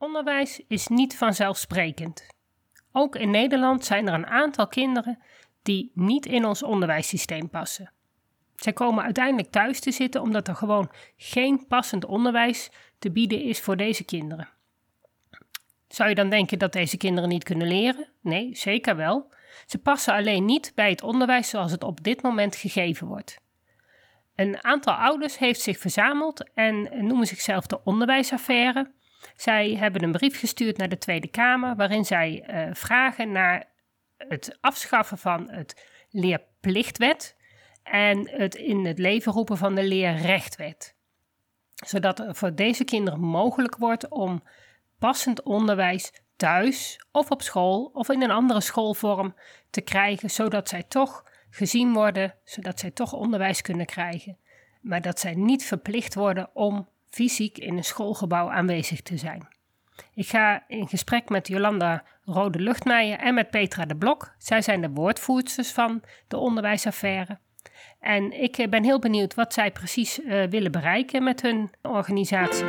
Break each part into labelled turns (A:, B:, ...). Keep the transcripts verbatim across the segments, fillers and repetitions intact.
A: Onderwijs is niet vanzelfsprekend. Ook in Nederland zijn er een aantal kinderen die niet in ons onderwijssysteem passen. Zij komen uiteindelijk thuis te zitten omdat er gewoon geen passend onderwijs te bieden is voor deze kinderen. Zou je dan denken dat deze kinderen niet kunnen leren? Nee, zeker wel. Ze passen alleen niet bij het onderwijs zoals het op dit moment gegeven wordt. Een aantal ouders heeft zich verzameld en noemen zichzelf de onderwijsaffaire. Zij hebben een brief gestuurd naar de Tweede Kamer waarin zij uh, vragen naar het afschaffen van het leerplichtwet en het in het leven roepen van de leerrechtwet. Zodat er voor deze kinderen mogelijk wordt om passend onderwijs thuis of op school of in een andere schoolvorm te krijgen, zodat zij toch gezien worden, zodat zij toch onderwijs kunnen krijgen, maar dat zij niet verplicht worden om fysiek in een schoolgebouw aanwezig te zijn. Ik ga in gesprek met Jolanda Rode-Luchtmeijer en met Petra de Blok. Zij zijn de woordvoersters van de onderwijsaffaire. En ik ben heel benieuwd wat zij precies uh, willen bereiken met hun organisatie.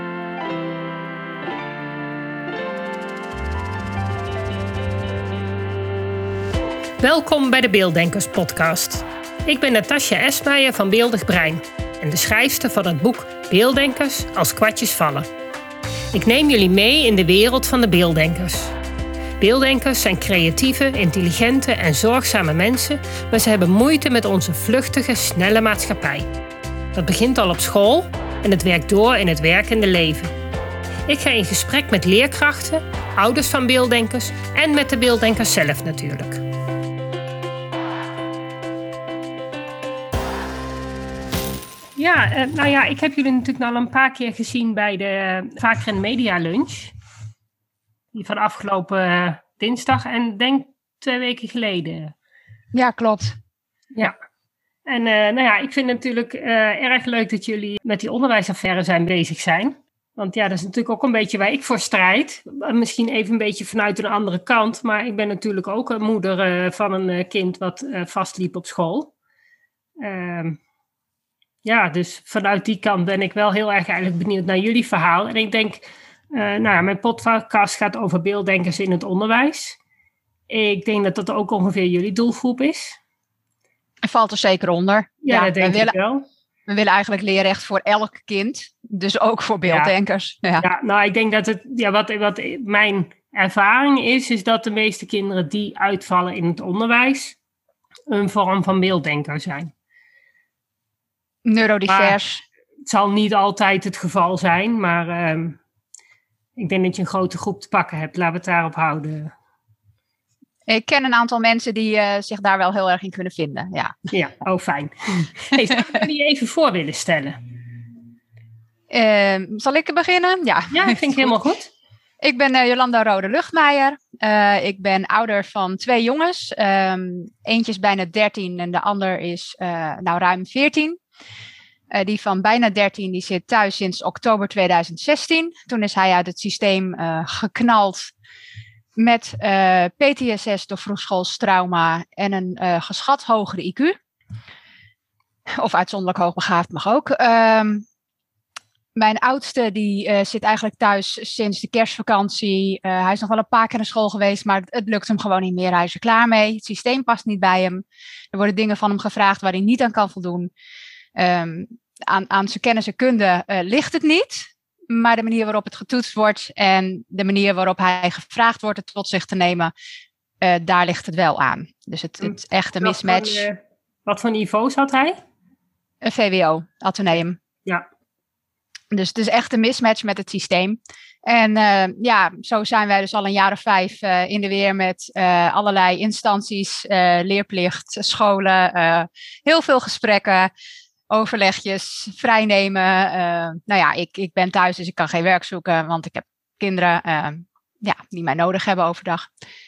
A: Welkom bij de Beelddenkers podcast. Ik ben Natasja Esmeijer van Beeldig Brein en de schrijfster van het boek Beelddenkers als kwartjes vallen. Ik neem jullie mee in de wereld van de beelddenkers. Beelddenkers zijn creatieve, intelligente en zorgzame mensen, maar ze hebben moeite met onze vluchtige, snelle maatschappij. Dat begint al op school en het werkt door in het werkende leven. Ik ga in gesprek met leerkrachten, ouders van beelddenkers en met de beelddenkers zelf natuurlijk. Ja, nou ja, ik heb jullie natuurlijk al een paar keer gezien bij de Vaker in Media Lunch. Die van afgelopen dinsdag en denk twee weken geleden.
B: Ja, klopt.
A: Ja. En uh, nou ja, ik vind het natuurlijk uh, erg leuk dat jullie met die onderwijsaffaire zijn bezig zijn. Want ja, dat is natuurlijk ook een beetje waar ik voor strijd. Misschien even een beetje vanuit een andere kant. Maar ik ben natuurlijk ook een moeder uh, van een uh, kind wat uh, vastliep op school. Uh, Ja, dus vanuit die kant ben ik wel heel erg eigenlijk benieuwd naar jullie verhaal. En ik denk, uh, nou ja, mijn podcast gaat over beelddenkers in het onderwijs. Ik denk dat dat ook ongeveer jullie doelgroep is.
B: Het valt er zeker onder.
A: Ja, ja dat denk
B: we
A: ik
B: willen,
A: wel.
B: We willen eigenlijk leerrecht voor elk kind. Dus ook voor beelddenkers. Ja,
A: ja. ja nou ik denk dat het, ja, wat, wat mijn ervaring is, is dat de meeste kinderen die uitvallen in het onderwijs een vorm van beelddenker zijn.
B: Neurodivers.
A: Maar het zal niet altijd het geval zijn, maar um, ik denk dat je een grote groep te pakken hebt. Laten we het daarop houden.
B: Ik ken een aantal mensen die uh, zich daar wel heel erg in kunnen vinden. Ja,
A: ja oh fijn. Hey, zou ik jullie even voor willen stellen?
B: Uh, zal ik beginnen? Ja,
A: ja dat vind ik helemaal goed.
B: Ik ben uh, Jolanda Rode-Luchtmeijer. Uh, ik ben ouder van twee jongens. Um, eentje is bijna dertien en de ander is uh, nou ruim veertien. Uh, die van bijna dertien die zit thuis sinds oktober tweeduizend zestien. Toen is hij uit het systeem uh, geknald met uh, P T S S door vroegschoolstrauma en een uh, geschat hogere I Q. Of uitzonderlijk hoogbegaafd mag ook. Um, mijn oudste die uh, zit eigenlijk thuis sinds de kerstvakantie. Uh, hij is nog wel een paar keer naar school geweest, maar het, het lukt hem gewoon niet meer. Hij is er klaar mee. Het systeem past niet bij hem. Er worden dingen van hem gevraagd waar hij niet aan kan voldoen. Um, aan, aan zijn kennis en kunde uh, ligt het niet, maar de manier waarop het getoetst wordt en de manier waarop hij gevraagd wordt het tot zich te nemen, uh, daar ligt het wel aan. Dus het, het echte mismatch.
A: Wat voor, uh, wat voor niveaus had hij?
B: Een V W O, ateneum.
A: Ja.
B: Dus het is echt een mismatch met het systeem. En uh, ja, zo zijn wij dus al een jaar of vijf uh, in de weer met uh, allerlei instanties, uh, leerplicht, scholen, uh, heel veel gesprekken. Overlegjes, vrijnemen. Uh, nou ja, ik, ik ben thuis, dus ik kan geen werk zoeken, want ik heb kinderen uh, ja, die mij nodig hebben overdag.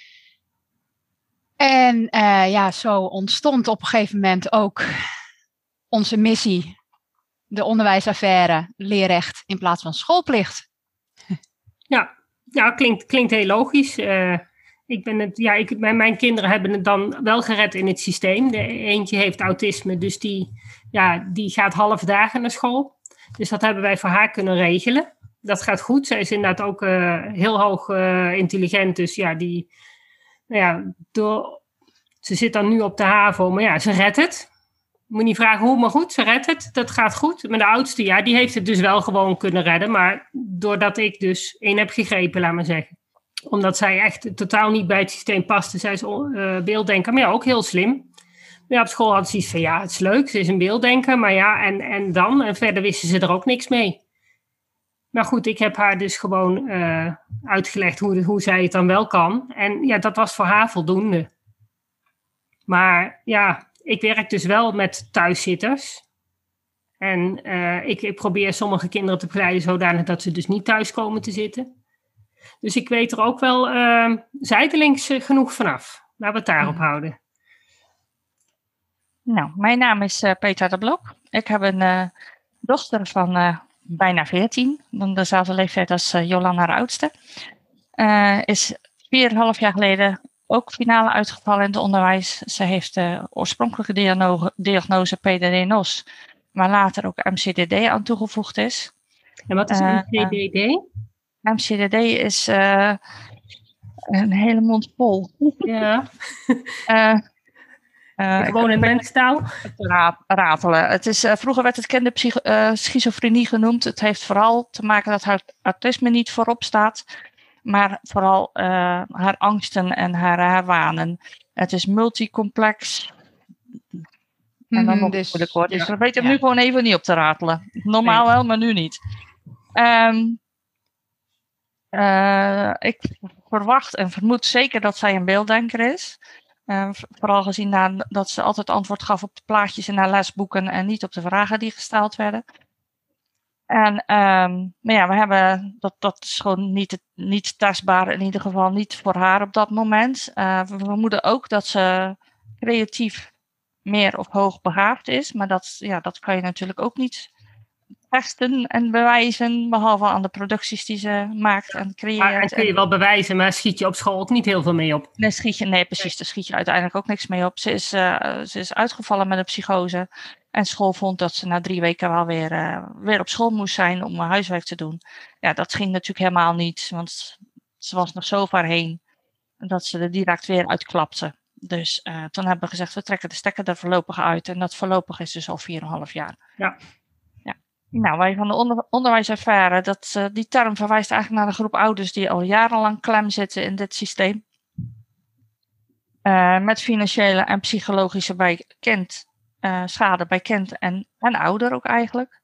B: En uh, ja, zo ontstond op een gegeven moment ook onze missie, de onderwijsaffaire, leerrecht in plaats van schoolplicht.
A: Ja, ja klinkt, klinkt heel logisch. Uh, ik ben het, ja, ik, mijn, mijn kinderen hebben het dan wel gered in het systeem. De eentje heeft autisme, dus die, ja, die gaat half dagen naar school. Dus dat hebben wij voor haar kunnen regelen. dat gaat goed. Zij is inderdaad ook uh, heel hoog uh, intelligent. Dus ja, die, nou ja, door, ze zit dan nu op de HAVO, maar ja, ze redt het. Moet niet vragen hoe, maar goed, ze redt het. Dat gaat goed. Maar de oudste, ja, die heeft het dus wel gewoon kunnen redden. Maar doordat ik dus in heb gegrepen, laat maar zeggen. Omdat zij echt totaal niet bij het systeem paste. Zij is uh, beelddenker, maar ja, ook heel slim. Ja, op school had ze iets van, ja, het is leuk, ze is een beelddenker. Maar ja, en, en dan? En verder wisten ze er ook niks mee. Maar goed, ik heb haar dus gewoon uh, uitgelegd hoe, hoe zij het dan wel kan. En ja, dat was voor haar voldoende. Maar ja, ik werk dus wel met thuiszitters. En uh, ik, ik probeer sommige kinderen te begeleiden zodanig dat ze dus niet thuis komen te zitten. Dus ik weet er ook wel uh, zijdelings uh, genoeg vanaf. Laten we het daarop mm. houden.
C: Nou, mijn naam is uh, Petra de Blok. Ik heb een uh, dochter van uh, bijna veertien. Dan dezelfde leeftijd als uh, Jolanda, haar oudste. Uh, is vier en een half jaar geleden ook finale uitgevallen in het onderwijs. Ze heeft de uh, oorspronkelijke diagnose, diagnose P D D-N O S, maar later ook M C D D aan toegevoegd is.
A: En wat is uh, M C D D? Uh,
C: M C D D is uh, een hele mond vol.
A: Ja.
C: uh, Uh,
A: Gewoon in mensentaal?
C: Ra- ratelen. Het is, uh, vroeger werd het kinderpsych- uh, schizofrenie genoemd. Het heeft vooral te maken dat haar autisme niet voorop staat. Maar vooral uh, haar angsten en haar, haar wanen. Het is multicomplex. En dan nog dus, moeilijk hoor. Dus ja, we weten hem ja. nu gewoon even niet op te ratelen. Normaal nee. wel, maar nu niet. Um, uh, ik verwacht en vermoed zeker dat zij een beelddenker is. Uh, vooral gezien na, dat ze altijd antwoord gaf op de plaatjes in haar lesboeken en niet op de vragen die gesteld werden. En um, maar ja, we hebben, dat, dat is gewoon niet, niet testbaar, in ieder geval niet voor haar op dat moment. Uh, we vermoeden ook dat ze creatief meer of hoogbegaafd is, maar dat, ja, dat kan je natuurlijk ook niet testen en bewijzen, behalve aan de producties die ze maakt en creëert.
A: Maar, en kun je wel bewijzen, maar schiet je op school ook niet heel veel mee op?
C: Nee, schiet je, nee precies, daar schiet je uiteindelijk ook niks mee op. Ze is, uh, ze is uitgevallen met een psychose en school vond dat ze na drie weken wel weer, uh, weer op school moest zijn om haar huiswerk te doen. Ja, dat ging natuurlijk helemaal niet, want ze was nog zo ver heen dat ze er direct weer uitklapte. Dus uh, toen hebben we gezegd, we trekken de stekker er voorlopig uit en dat voorlopig is dus al vier en een half jaar.
A: Ja.
C: Nou, wij van de onder, onderwijs ervaren dat uh, die term verwijst eigenlijk naar een groep ouders die al jarenlang klem zitten in dit systeem. Uh, met financiële en psychologische bij kind, uh, schade bij kind en, en ouder ook eigenlijk.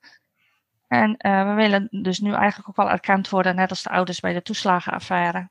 C: En uh, we willen dus nu eigenlijk ook wel erkend worden, net als de ouders bij de toeslagenaffaire.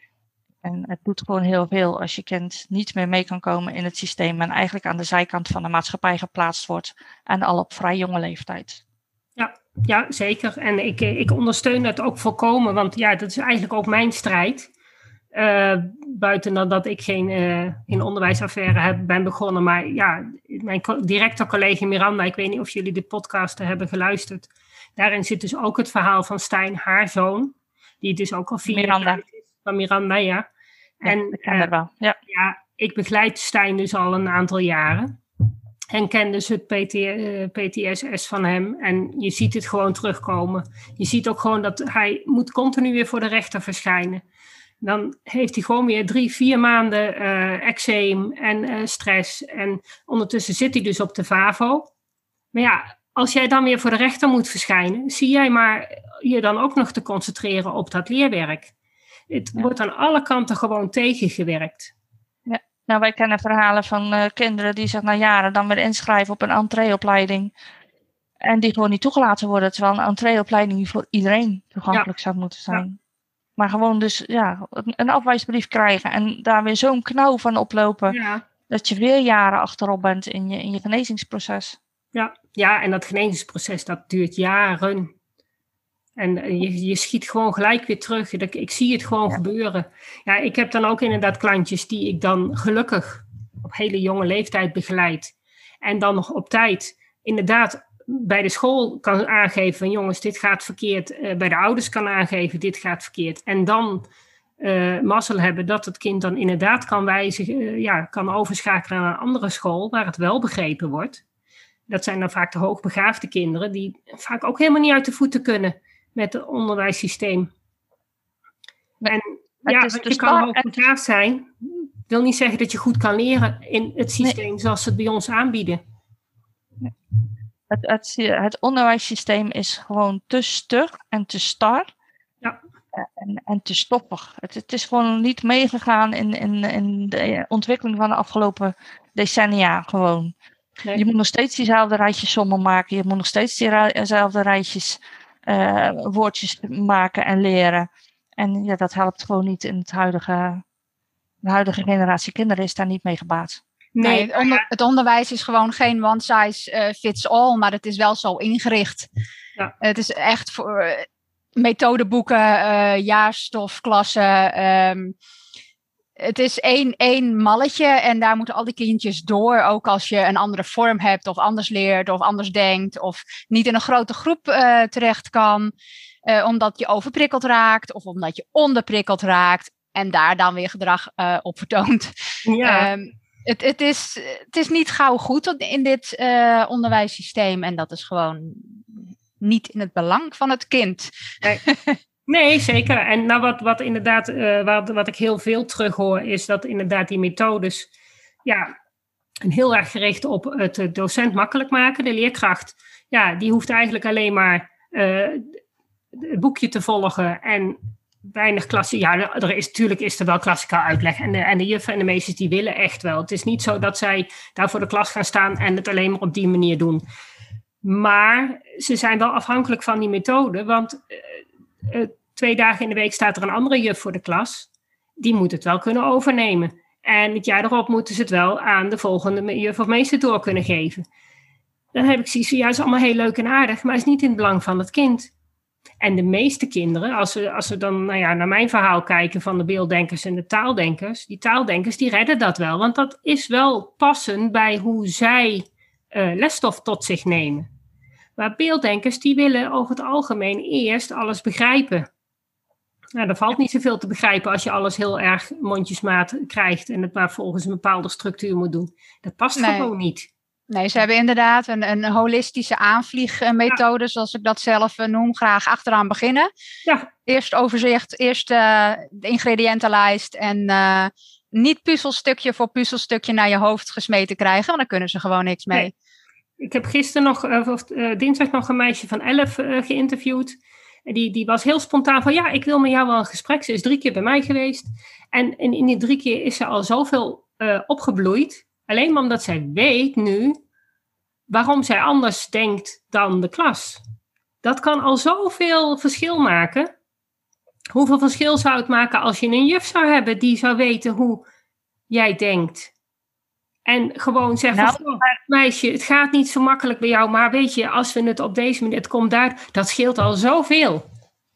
C: En het doet gewoon heel veel als je kind niet meer mee kan komen in het systeem en eigenlijk aan de zijkant van de maatschappij geplaatst wordt en al op vrij jonge leeftijd.
A: Ja, ja, zeker. En ik, ik ondersteun dat ook volkomen, want ja, dat is eigenlijk ook mijn strijd. Uh, buiten dan dat ik geen, uh, geen onderwijsaffaire heb, ben begonnen. Maar ja, mijn co- directe collega Miranda, ik weet niet of jullie de podcast hebben geluisterd. Daarin zit dus ook het verhaal van Stijn, haar zoon. Die dus ook al vier
C: Miranda.
A: jaar is. Van Miranda, ja.
C: ja en, ik ken uh, wel. Ja.
A: ja, ik begeleid Stijn dus al een aantal jaren. En ken dus het P T, uh, P T S S van hem. En je ziet het gewoon terugkomen. Je ziet ook gewoon dat hij moet continu weer voor de rechter verschijnen. Dan heeft hij gewoon weer drie, vier maanden uh, eczeem en uh, stress. En ondertussen zit hij dus op de VAVO. Maar ja, als jij dan weer voor de rechter moet verschijnen, zie jij maar je dan ook nog te concentreren op dat leerwerk. Het ja. wordt aan alle kanten gewoon tegengewerkt.
C: Ja. Nou, wij kennen verhalen van uh, kinderen die zich na jaren dan weer inschrijven op een entreeopleiding. En die gewoon niet toegelaten worden, terwijl een entreeopleiding voor iedereen toegankelijk ja. zou moeten zijn. Ja. Maar gewoon dus ja, een afwijsbrief krijgen en daar weer zo'n knauw van oplopen. Ja. Dat je weer jaren achterop bent in je, in je genezingsproces.
A: Ja, ja, en dat genezingsproces dat duurt jaren. En je, je schiet gewoon gelijk weer terug. Ik zie het gewoon ja. gebeuren. Ja, ik heb dan ook inderdaad klantjes die ik dan gelukkig op hele jonge leeftijd begeleid. En dan nog op tijd inderdaad bij de school kan aangeven van jongens, dit gaat verkeerd. Uh, bij de ouders kan aangeven, dit gaat verkeerd. En dan uh, mazzel hebben dat het kind dan inderdaad kan wijzigen, uh, ja, kan overschakelen naar een andere school waar het wel begrepen wordt. Dat zijn dan vaak de hoogbegaafde kinderen die vaak ook helemaal niet uit de voeten kunnen. met het onderwijssysteem. En
C: het
A: ja,
C: is
A: want
C: de
A: je kan
C: start-
A: hoogbegaafd zijn. Wil niet zeggen dat je goed kan leren in het systeem nee. zoals ze het bij ons aanbieden.
C: Het, het, het onderwijssysteem is gewoon te stug en te star.
A: Ja.
C: En, en te stoppig. Het, het is gewoon niet meegegaan in, in, in de ontwikkeling van de afgelopen decennia gewoon. Nee. Je moet nog steeds diezelfde rijtjes sommen maken. Je moet nog steeds diezelfde rijtjes uh, woordjes maken en leren. En ja, dat helpt gewoon niet in het huidige... De huidige generatie kinderen is daar niet mee gebaat.
B: Nee, nee het, onder, het onderwijs is gewoon geen one size uh, fits all, maar het is wel zo ingericht. Ja. Het is echt voor uh, methodeboeken, uh, jaarstof, klassen. Um, het is één, één malletje en daar moeten al die kindjes door. Ook als je een andere vorm hebt of anders leert of anders denkt. Of niet in een grote groep uh, terecht kan. Uh, omdat je overprikkeld raakt of omdat je onderprikkeld raakt. En daar dan weer gedrag uh, op vertoont.
A: Ja.
B: Um, het, het, is, het is niet gauw goed in dit uh, onderwijssysteem. En dat is gewoon niet in het belang van het kind.
A: Nee, nee zeker. En nou wat, wat inderdaad, uh, wat, wat ik heel veel terughoor, is dat inderdaad die methodes, ja, heel erg gericht op het docent makkelijk maken. De leerkracht, ja, die hoeft eigenlijk alleen maar uh, het boekje te volgen en weinig klasse. Ja, er is natuurlijk is er wel klassikaal uitleg. En de, en de juffen en de meesters die willen echt wel. Het is niet zo dat zij daar voor de klas gaan staan en het alleen maar op die manier doen. Maar ze zijn wel afhankelijk van die methode. Want uh, uh, twee dagen in de week staat er een andere juf voor de klas. Die moet het wel kunnen overnemen. En het jaar erop moeten ze het wel aan de volgende juf of meester door kunnen geven. Dan heb ik zoiets van, ja, het is allemaal heel leuk en aardig, maar het is niet in het belang van het kind. En de meeste kinderen, als we, als we dan nou ja, naar mijn verhaal kijken van de beelddenkers en de taaldenkers, die taaldenkers die redden dat wel. Want dat is wel passend bij hoe zij uh, lesstof tot zich nemen. Maar beelddenkers die willen over het algemeen eerst alles begrijpen. Nou, er valt niet zoveel te begrijpen als je alles heel erg mondjesmaat krijgt en het maar volgens een bepaalde structuur moet doen. Dat past nee. gewoon niet.
B: Nee, ze hebben inderdaad een, een holistische aanvliegmethode, ja. zoals ik dat zelf uh, noem, graag achteraan beginnen.
A: Ja.
B: Eerst overzicht, eerst uh, de ingrediëntenlijst en uh, niet puzzelstukje voor puzzelstukje naar je hoofd gesmeten krijgen, want dan kunnen ze gewoon niks mee.
A: Nee. Ik heb gisteren nog, uh, of uh, dinsdag nog een meisje van elf uh, geïnterviewd. Die, die was heel spontaan van, ja, ik wil met jou wel een gesprek. Ze is drie keer bij mij geweest. En, en in die drie keer is ze al zoveel uh, opgebloeid. Alleen maar omdat zij weet nu waarom zij anders denkt dan de klas. Dat kan al zoveel verschil maken. Hoeveel verschil zou het maken als je een juf zou hebben die zou weten hoe jij denkt? En gewoon zeggen, nou, oh, meisje, het gaat niet zo makkelijk bij jou, maar weet je, als we het op deze manier, het komt daar, dat scheelt al zoveel.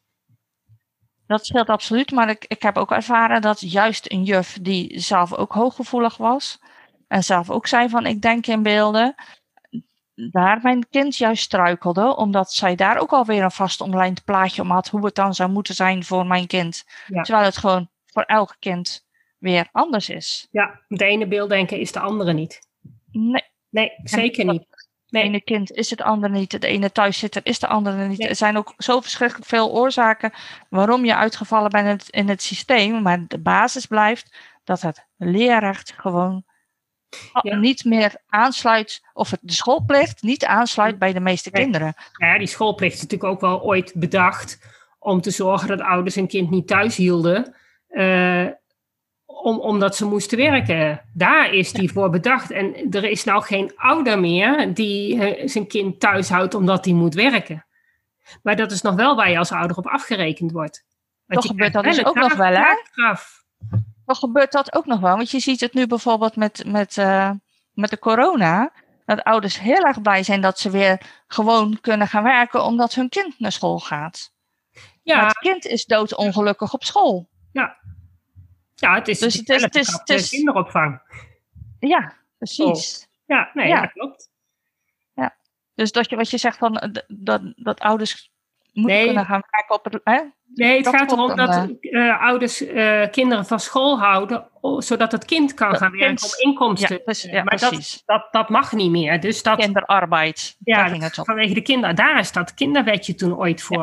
C: Dat scheelt absoluut, maar ik, ik heb ook ervaren dat juist een juf die zelf ook hooggevoelig was en zelf ook zei van, ik denk in beelden, daar mijn kind juist struikelde, omdat zij daar ook alweer een vast omlijnd plaatje om had hoe het dan zou moeten zijn voor mijn kind. Ja. Terwijl het gewoon voor elk kind weer anders is.
A: Ja, de ene beelddenken is de andere niet.
C: Nee.
A: Nee, zeker niet.
C: Nee. Het ene kind is het andere niet. Het ene thuiszitter is de andere niet. Nee. Er zijn ook zo verschrikkelijk veel oorzaken waarom je uitgevallen bent in het, in het systeem. Maar de basis blijft dat het leerrecht gewoon ja. niet meer aansluit, of het de schoolplicht niet aansluit bij de meeste nee. kinderen.
A: Ja, die schoolplicht is natuurlijk ook wel ooit bedacht om te zorgen dat ouders een kind niet thuis hielden. Uh, Om, omdat ze moesten werken. Daar is die ja. voor bedacht. En er is nou geen ouder meer die uh, zijn kind thuis houdt omdat hij moet werken. Maar dat is nog wel waar je als ouder op afgerekend wordt.
C: Want Toch gebeurt dat dus ook nog wel, hè? Toch gebeurt dat ook nog wel. Want je ziet het nu bijvoorbeeld met, met, uh, met de corona. Dat ouders heel erg blij zijn dat ze weer gewoon kunnen gaan werken omdat hun kind naar school gaat. Ja. Maar het kind is doodongelukkig op school.
A: Ja. Ja, het is,
C: dus het is, het is, het is
A: kinderopvang.
C: Ja, precies.
A: Oh. Ja, nee, ja. dat klopt.
C: Ja. Dus dat je, wat je zegt van dat, dat ouders moeten nee. kunnen gaan werken op het... Hè?
A: Nee, het
C: dat
A: gaat erom dat uh, ouders uh, kinderen van school houden, o, zodat het kind kan dat gaan werken kind. om inkomsten.
C: Ja, dus, ja,
A: maar dat, dat, dat mag niet meer. Dus dat,
C: kinderarbeid.
A: Ja, dat, vanwege de kinderen. Daar is dat kinderwetje toen ooit voor. Ja.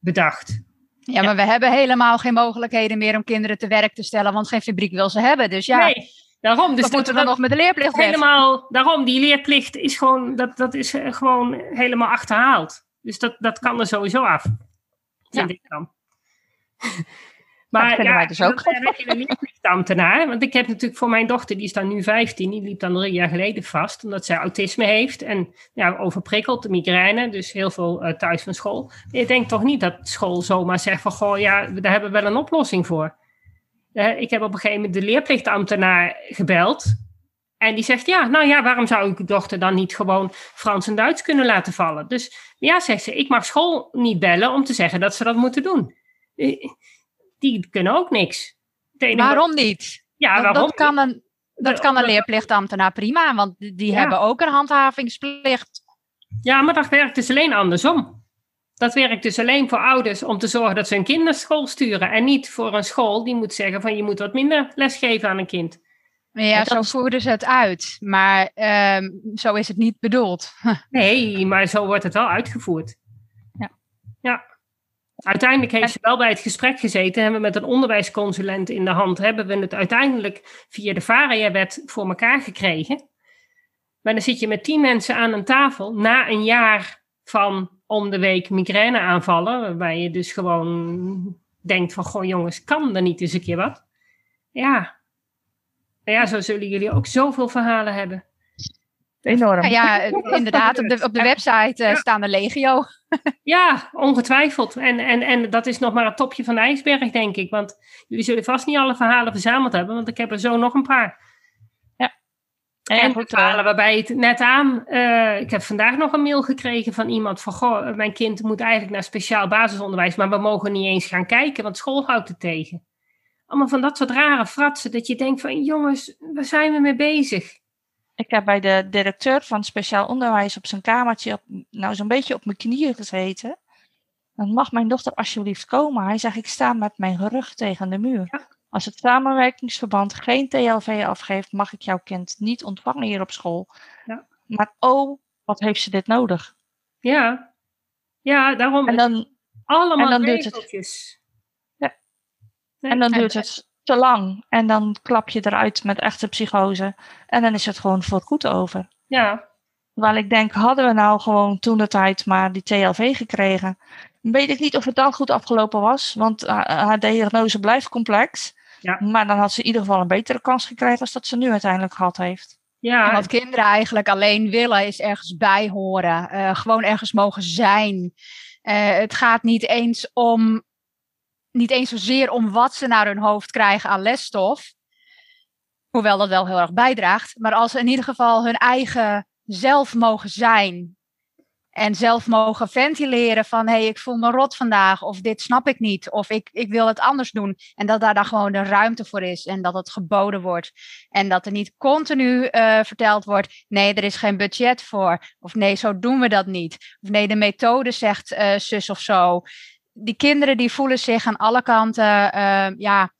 A: bedacht.
B: Ja, maar we hebben helemaal geen mogelijkheden meer om kinderen te werk te stellen, want geen fabriek wil ze hebben. Dus ja,
A: Nee, daarom. Dus
B: wat
A: dat,
B: moeten we dan
A: dat,
B: nog met de leerplicht weg?
A: helemaal, daarom, die leerplicht is gewoon, dat, dat is eh, gewoon helemaal achterhaald. Dus dat, dat kan er sowieso af. Vind
B: Ja.
A: ik dan.
C: dat
A: Maar
C: vinden
A: ja,
C: wij dus ook.
A: dan heb je een leerplichtambtenaar. Want ik heb natuurlijk voor mijn dochter, die is dan nu vijftien, die liep dan drie jaar geleden vast, omdat zij autisme heeft en ja, overprikkeld, de migraine, dus heel veel uh, thuis van school. Ik denk toch niet dat school zomaar zegt van, goh, ja, daar hebben we wel een oplossing voor. Uh, ik heb op een gegeven moment de leerplichtambtenaar gebeld. En die zegt, ja, nou ja, waarom zou ik uw dochter dan niet gewoon Frans en Duits kunnen laten vallen? Dus ja, zegt ze, ik mag school niet bellen om te zeggen dat ze dat moeten doen. Uh, Die kunnen ook niks.
B: Waarom niet?
A: Ja,
B: dat,
A: waarom
B: dat kan een, dat kan een leerplichtambtenaar prima, want die
A: ja.
B: hebben ook een handhavingsplicht.
A: Ja, maar dat werkt dus alleen andersom. Dat werkt dus alleen voor ouders om te zorgen dat ze hun kind naar school sturen. En niet voor een school die moet zeggen van je moet wat minder lesgeven aan een kind.
B: Ja, zo voeren ze het uit. Maar um, zo is het niet bedoeld.
A: Nee, maar zo wordt het wel uitgevoerd.
C: Ja.
A: Ja. Uiteindelijk heeft ze wel bij het gesprek gezeten. Hebben we met een onderwijsconsulent in de hand. Hebben we het uiteindelijk via de VARA-wet voor elkaar gekregen. Maar dan zit je met tien mensen aan een tafel. Na een jaar van om de week migraine aanvallen. Waarbij je dus gewoon denkt van, goh jongens, kan er niet eens een keer wat? Ja. Ja, zo zullen jullie ook zoveel verhalen hebben.
C: Enorm.
B: Ja, ja inderdaad. Op de, op de website uh, ja. staan de legio.
A: Ja, ongetwijfeld. En, en, en dat is nog maar het topje van de ijsberg, denk ik. Want jullie zullen vast niet alle verhalen verzameld hebben. Want ik heb er zo nog een paar.
C: Ja.
A: En, en goed, verhalen uh, waarbij het net aan... Uh, ik heb vandaag nog een mail gekregen van iemand van... Goh, mijn kind moet eigenlijk naar speciaal basisonderwijs. Maar we mogen niet eens gaan kijken, want school houdt het tegen. Allemaal van dat soort rare fratsen. Dat je denkt van, jongens, waar zijn we mee bezig?
C: Ik heb bij de directeur van speciaal onderwijs op zijn kamertje, op, nou zo'n beetje op mijn knieën gezeten. Dan mag mijn dochter alsjeblieft komen. Hij zegt, ik sta met mijn rug tegen de muur.
A: Ja.
C: Als het samenwerkingsverband geen T L V afgeeft, mag ik jouw kind niet ontvangen hier op school.
A: Ja.
C: Maar oh, wat heeft ze dit nodig?
A: Ja, ja daarom.
C: En dan,
A: allemaal
C: en dan
A: regeltjes.
C: Duurt het, ja. En dan duurt het te lang. En dan klap je eruit met echte psychose. En dan is het gewoon voor goed over.
A: Ja.
C: Terwijl ik denk, hadden we nou gewoon toen de tijd maar die T L V gekregen. Weet ik niet of het dan goed afgelopen was. Want uh, haar diagnose blijft complex.
A: Ja.
C: Maar dan had ze in ieder geval een betere kans gekregen als dat ze nu uiteindelijk gehad heeft.
B: Ja. En wat kinderen eigenlijk alleen willen is ergens bij horen. Uh, gewoon ergens mogen zijn. Uh, het gaat niet eens om... Niet eens zozeer om wat ze naar hun hoofd krijgen aan lesstof. Hoewel dat wel heel erg bijdraagt. Maar als ze in ieder geval hun eigen zelf mogen zijn. En zelf mogen ventileren van... hé, hey, ik voel me rot vandaag. Of dit snap ik niet. Of ik, ik wil het anders doen. En dat daar dan gewoon de ruimte voor is. En dat het geboden wordt. En dat er niet continu uh, verteld wordt... nee, er is geen budget voor. Of nee, zo doen we dat niet. Of nee, de methode zegt uh, zus of zo... Die kinderen die voelen zich aan alle kanten uh, ja,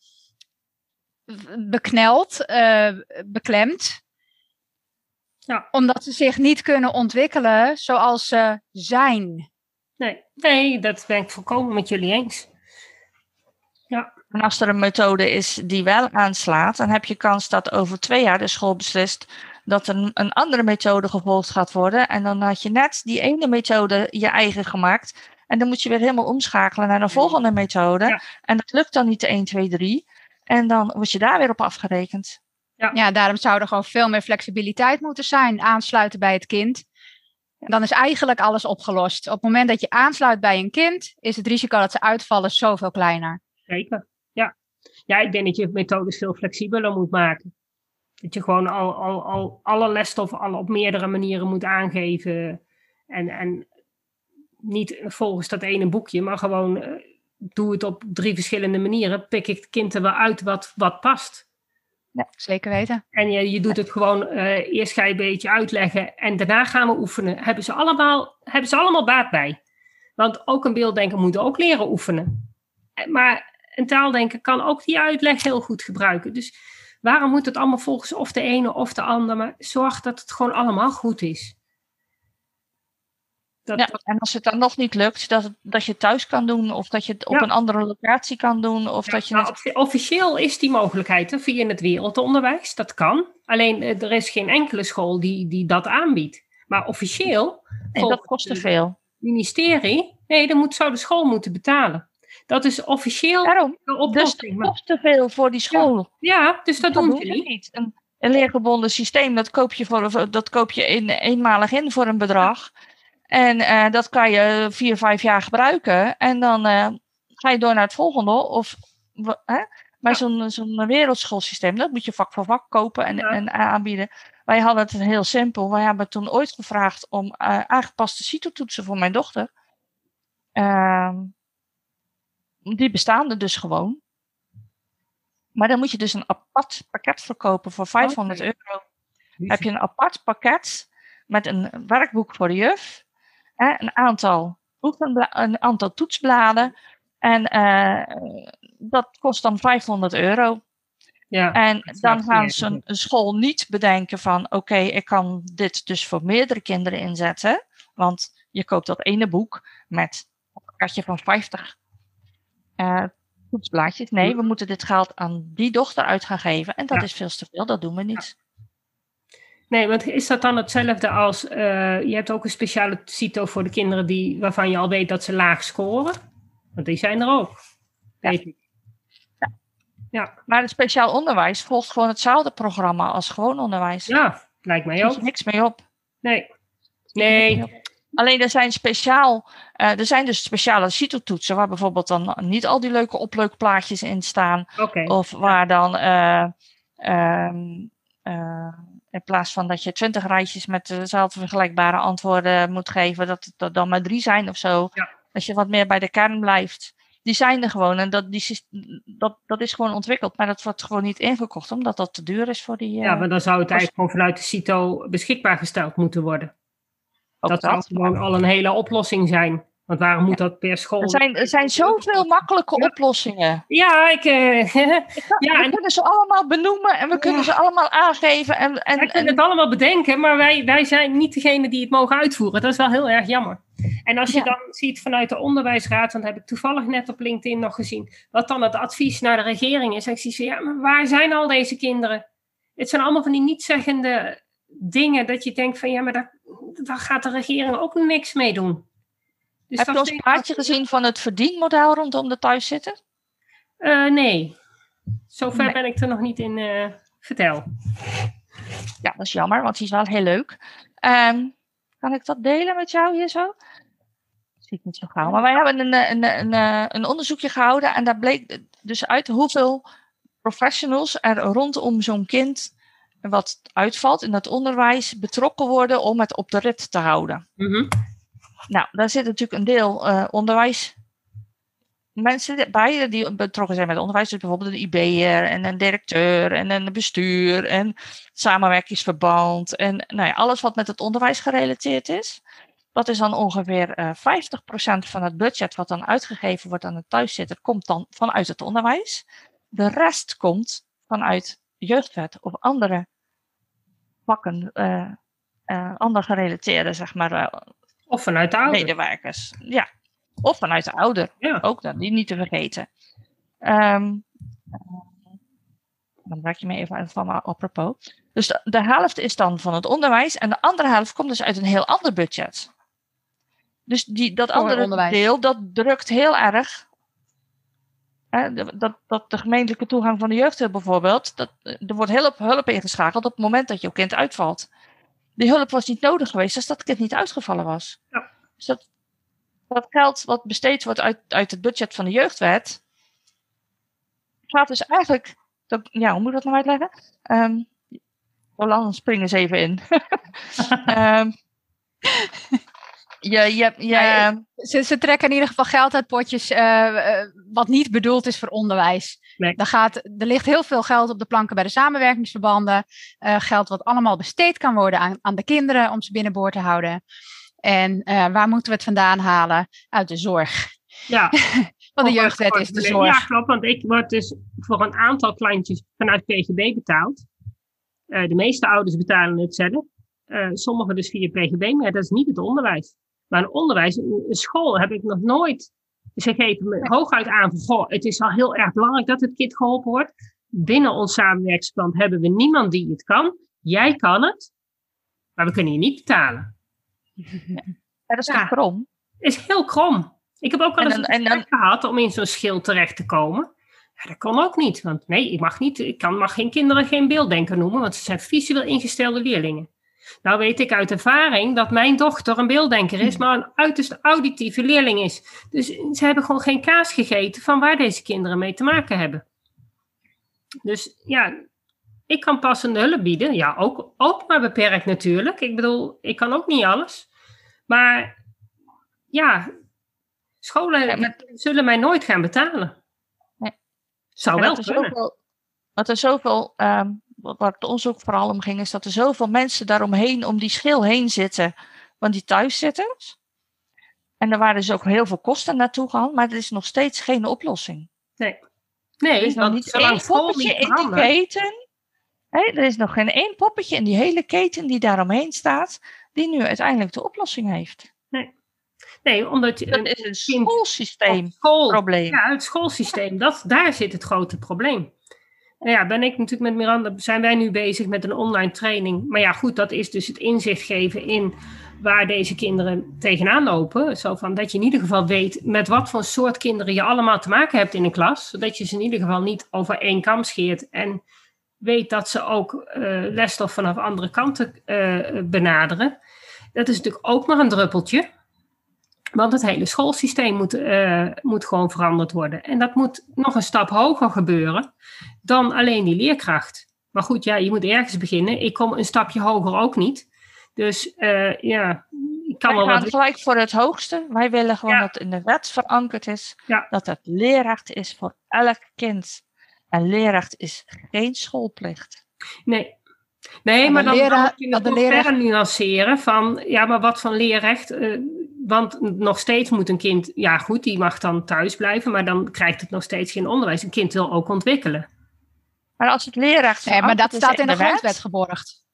B: bekneld, uh, beklemd.
A: Ja.
B: Omdat ze zich niet kunnen ontwikkelen zoals ze zijn.
A: Nee, nee, dat ben ik volkomen met jullie eens. Ja.
C: En als er een methode is die wel aanslaat, dan heb je kans dat over twee jaar de school beslist dat er een andere methode gevolgd gaat worden. En dan had je net die ene methode je eigen gemaakt. En dan moet je weer helemaal omschakelen naar de volgende methode. Ja. En dat lukt dan niet de één, twee, drie. En dan word je daar weer op afgerekend.
B: Ja, ja, daarom zou er gewoon veel meer flexibiliteit moeten zijn. Aansluiten bij het kind. Dan is eigenlijk alles opgelost. Op het moment dat je aansluit bij een kind, is het risico dat ze uitvallen zoveel kleiner.
A: Zeker, ja. Ja, ik denk dat je methodes veel flexibeler moet maken. Dat je gewoon al, al, al alle lesstoffen al op meerdere manieren moet aangeven. En... en niet volgens dat ene boekje, maar gewoon uh, doe het op drie verschillende manieren. Pik ik het kind er wel uit wat, wat past.
B: Ja, zeker weten.
A: En je, je doet het gewoon, uh, eerst ga je een beetje uitleggen en daarna gaan we oefenen. Hebben ze allemaal, hebben ze allemaal baat bij. Want ook een beelddenker moet ook leren oefenen. Maar een taaldenker kan ook die uitleg heel goed gebruiken. Dus waarom moet het allemaal volgens of de ene of de ander? Maar zorg dat het gewoon allemaal goed is. Dat,
C: ja,
A: dat,
C: en als het dan nog niet lukt, dat, het, dat je het thuis kan doen, of dat je het op
A: Ja.
C: een andere locatie kan doen, of
A: ja,
C: dat je
A: nou,
C: het...
A: offi- officieel is die mogelijkheid hè, via het wereldonderwijs. Dat kan. Alleen eh, er is geen enkele school die, die dat aanbiedt. Maar officieel,
C: Nee, dat
A: volgens
C: kost te
A: het
C: veel.
A: ministerie, nee, dan moet, zou de school moeten betalen. Dat is officieel
C: Daarom,
A: de
C: dus
A: oplossing.
C: het
A: Maar-
C: kost te veel voor die school.
A: ja, dus dat,
C: Dat
A: doen
C: doen
A: ze
C: ze
A: niet.
C: niet. Een, een leergebonden systeem, dat koop je, voor, dat koop je in, eenmalig in voor een bedrag. En uh, dat kan je vier, vijf jaar gebruiken. En dan uh, ga je door naar het volgende. Of, uh, maar
A: Ja.
C: zo'n, zo'n wereldschoolsysteem, dat moet je vak voor vak kopen en,
A: Ja.
C: en aanbieden. Wij hadden het heel simpel. Wij hebben toen ooit gevraagd om uh, aangepaste CITO-toetsen voor mijn dochter. Uh, die bestaan er dus gewoon. Maar dan moet je dus een apart pakket verkopen voor vijfhonderd
A: Okay.
C: euro. Heb je een apart pakket met een werkboek voor de juf, hè, een, aantal oefenbla- een aantal toetsbladen. En uh, dat kost dan vijfhonderd euro.
A: Ja,
C: En dan
A: snap
C: gaan
A: je.
C: ze een school niet bedenken van oké, okay, ik kan dit dus voor meerdere kinderen inzetten. Want je koopt dat ene boek met een pakketje van vijftig uh, toetsblaadjes. Nee, we moeten dit geld aan die dochter uit gaan geven. En dat
A: Ja.
C: is veel te veel, dat doen we niet.
A: Nee, want is dat dan hetzelfde als... Uh, je hebt ook een speciale CITO voor de kinderen die, waarvan je al weet dat ze laag scoren? Want die zijn er ook.
C: Ja.
A: Weet ik.
C: Ja.
A: Ja.
C: Maar het speciaal onderwijs volgt gewoon hetzelfde programma als gewoon onderwijs.
A: Ja, lijkt mij
C: Daar
A: ook.
C: zit je niks mee op.
A: Nee. Nee.
C: Alleen er zijn speciaal, uh, er zijn dus speciale CITO-toetsen waar bijvoorbeeld dan niet al die leuke opleukplaatjes in staan.
A: Okay.
C: Of waar dan uh, uh, uh, in plaats van dat je twintig rijtjes met dezelfde vergelijkbare antwoorden moet geven, dat het er dan maar drie zijn of zo.
A: Ja.
C: Dat je wat meer bij de kern blijft. Die zijn er gewoon en dat, die, dat, dat is gewoon ontwikkeld. Maar dat wordt gewoon niet ingekocht omdat dat te duur is voor die... Uh,
A: ja, maar dan zou het eigenlijk gewoon vanuit de CITO beschikbaar gesteld moeten worden.
C: Dat,
A: dat zou gewoon al een hele oplossing zijn. Want waarom moet ja. dat per school...
C: Er zijn, er zijn zoveel makkelijke ja. oplossingen.
A: Ja, ik... Uh,
C: ja, we en... kunnen ze allemaal benoemen en we kunnen ja. ze allemaal aangeven. En, en,
A: wij kunnen en... het allemaal bedenken, maar wij, wij zijn niet degene die het mogen uitvoeren. Dat is wel heel erg jammer. En als je ja. dan ziet vanuit de onderwijsraad, want dat heb ik toevallig net op LinkedIn nog gezien, wat dan het advies naar de regering is. En ik zie zo, ja, maar waar zijn al deze kinderen? Het zijn allemaal van die nietzeggende dingen dat je denkt van, ja, maar daar, daar gaat de regering ook niks mee doen.
C: Dus heb je ons plaatje dat... gezien van het verdienmodel rondom de thuiszitten?
A: Uh, nee. Zover nee. ben ik er nog niet in. Uh, vertel.
C: Ja, dat is jammer, want die is wel heel leuk. Um, kan ik dat delen met jou hier zo? Dat zie ik niet zo gauw. Maar wij hebben een, een, een, een, een onderzoekje gehouden en daar bleek dus uit hoeveel professionals er rondom zo'n kind wat uitvalt in het onderwijs betrokken worden om het op de rit te houden.
A: Mm-hmm.
C: Nou, daar zit natuurlijk een deel uh, onderwijs mensen bij die betrokken zijn met onderwijs. Dus bijvoorbeeld een I B'er en een directeur en een bestuur en samenwerkingsverband. En nou ja, alles wat met het onderwijs gerelateerd is. Dat is dan ongeveer uh, vijftig procent van het budget wat dan uitgegeven wordt aan het thuiszitter, komt dan vanuit het onderwijs. De rest komt vanuit jeugdwet of andere vakken, uh, uh, andere gerelateerde, zeg maar. Uh,
A: Of vanuit de ouder.
C: Medewerkers, ja. Of vanuit de ouder,
A: ja.
C: Ook dat, die niet te vergeten. Um, dan raak je me even van me apropos. Dus de, de helft is dan van het onderwijs en de andere helft komt dus uit een heel ander budget. Dus die, dat andere deel, dat drukt heel erg. Hè, dat, dat de gemeentelijke toegang van de jeugdhulp bijvoorbeeld, dat, er wordt hulp, hulp ingeschakeld op het moment dat jouw kind uitvalt. Die hulp was niet nodig geweest als dat kind niet uitgevallen was.
A: Ja.
C: Dus dat, dat geld wat besteed wordt uit, uit het budget van de jeugdwet, gaat dus eigenlijk, dat, ja, hoe moet ik dat nou uitleggen? Um, Roland, spring eens even in. um, je, je, je,
B: ja, ze, ze trekken in ieder geval geld uit potjes uh, uh, wat niet bedoeld is voor onderwijs.
A: Nee.
B: Er, gaat, er ligt heel veel geld op de planken bij de samenwerkingsverbanden. Uh, geld wat allemaal besteed kan worden aan, aan de kinderen om ze binnenboord te houden. En uh, waar moeten we het vandaan halen? Uit de zorg.
A: Ja.
B: Want de jeugdwet is de zorg.
A: Ja, klopt. Want ik word dus voor een aantal klantjes vanuit P G B betaald. Uh, de meeste ouders betalen het zelf. Uh, sommigen dus via P G B, maar dat is niet het onderwijs. Maar een onderwijs, een school heb ik nog nooit. Ze geven me hooguit aan van, goh, het is al heel erg belangrijk dat het kind geholpen wordt. Binnen ons samenwerkingsplan hebben we niemand die het kan. Jij kan het, maar we kunnen je niet betalen.
C: Ja, dat is
A: Ja.
C: toch krom?
A: Is heel krom. Ik heb ook wel eens
C: En
A: een
C: dan- en
A: gesprek gehad om in zo'n schil terecht te komen. Ja, dat kon ook niet. Want nee, ik mag, niet, ik kan, mag geen kinderen geen beelddenker noemen, want ze zijn visueel ingestelde leerlingen. Nou weet ik uit ervaring dat mijn dochter een beelddenker is, maar een uiterst auditieve leerling is. Dus ze hebben gewoon geen kaas gegeten van waar deze kinderen mee te maken hebben. Dus ja, ik kan passende hulp bieden. Ja, ook, ook maar beperkt natuurlijk. Ik bedoel, ik kan ook niet alles. Maar ja, scholen
C: Ja, maar-
A: zullen mij nooit gaan betalen.
C: Nee.
A: Zou
C: En
A: wel
C: dat er
A: kunnen.
C: zoveel, wat er zoveel, ehm, wat- waar het ons ook vooral om ging, is dat er zoveel mensen daaromheen, om die schil heen zitten, van die thuiszitters. En er waren dus ook heel veel kosten naartoe gehaald, maar er is nog steeds geen oplossing.
A: Nee,
C: Er is nog
A: want
C: niet
A: zolang
C: één
A: school
C: poppetje
A: niet
C: in die
A: verandert-
C: keten. Hè, er is nog geen één poppetje in die hele keten die daaromheen staat, die nu uiteindelijk de oplossing heeft.
A: Nee, omdat je
C: Dat
A: een
C: is een
A: kind
C: schoolsysteem
A: op school,
C: probleem.
A: ja, het schoolsysteem, dat, daar zit het grote probleem. Nou ja, ben ik natuurlijk met Miranda, zijn wij nu bezig met een online training. Maar ja, goed, dat is dus het inzicht geven in waar deze kinderen tegenaan lopen. Zo van dat je in ieder geval weet met wat voor soort kinderen je allemaal te maken hebt in een klas. Zodat je ze in ieder geval niet over één kam scheert. En weet dat ze ook uh, lesstof vanaf andere kanten uh, benaderen. Dat is natuurlijk ook maar een druppeltje. Want het hele schoolsysteem moet, uh, moet gewoon veranderd worden. En dat moet nog een stap hoger gebeuren dan alleen die leerkracht. Maar goed, ja, je moet ergens beginnen. Ik kom een stapje hoger ook niet. Dus uh, ja, ik kan
C: Wij
A: wel
C: gaan
A: wat...
C: gelijk voor het hoogste. Wij willen gewoon
A: Ja.
C: dat in de wet verankerd is.
A: Ja.
C: Dat het leerrecht is voor elk kind. En leerrecht is geen schoolplicht.
A: Nee. Nee,
B: Ja,
A: maar
B: de
A: dan, dan
B: leraar-
A: moet je
B: dat
A: nog
B: de leraar-
A: verder nuanceren van, ja, maar wat van leerrecht? Uh, want nog steeds moet een kind, ja goed, die mag dan thuis blijven, maar dan krijgt het nog steeds geen onderwijs. Een kind wil ook ontwikkelen.
C: Maar als het leerrecht
B: Nee, maar dat
C: verankerd is
B: staat in de
C: wet,
B: grondwet geborgd.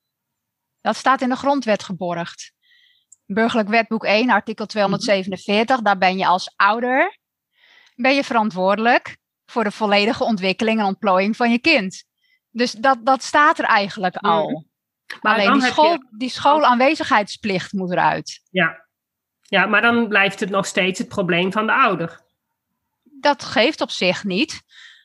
B: Dat staat in de grondwet geborgd. Burgerlijk Wetboek één, artikel tweehonderdzevenenveertig. Daar ben je als ouder ben je verantwoordelijk voor de volledige ontwikkeling en ontplooiing van je kind. Dus dat, dat staat er eigenlijk al.
A: Maar
B: Alleen
A: dan
B: die,
A: heb
B: school,
A: je-
B: die schoolaanwezigheidsplicht moet eruit.
A: Ja. ja, maar dan blijft het nog steeds het probleem van de ouder.
B: Dat geeft op zich niet.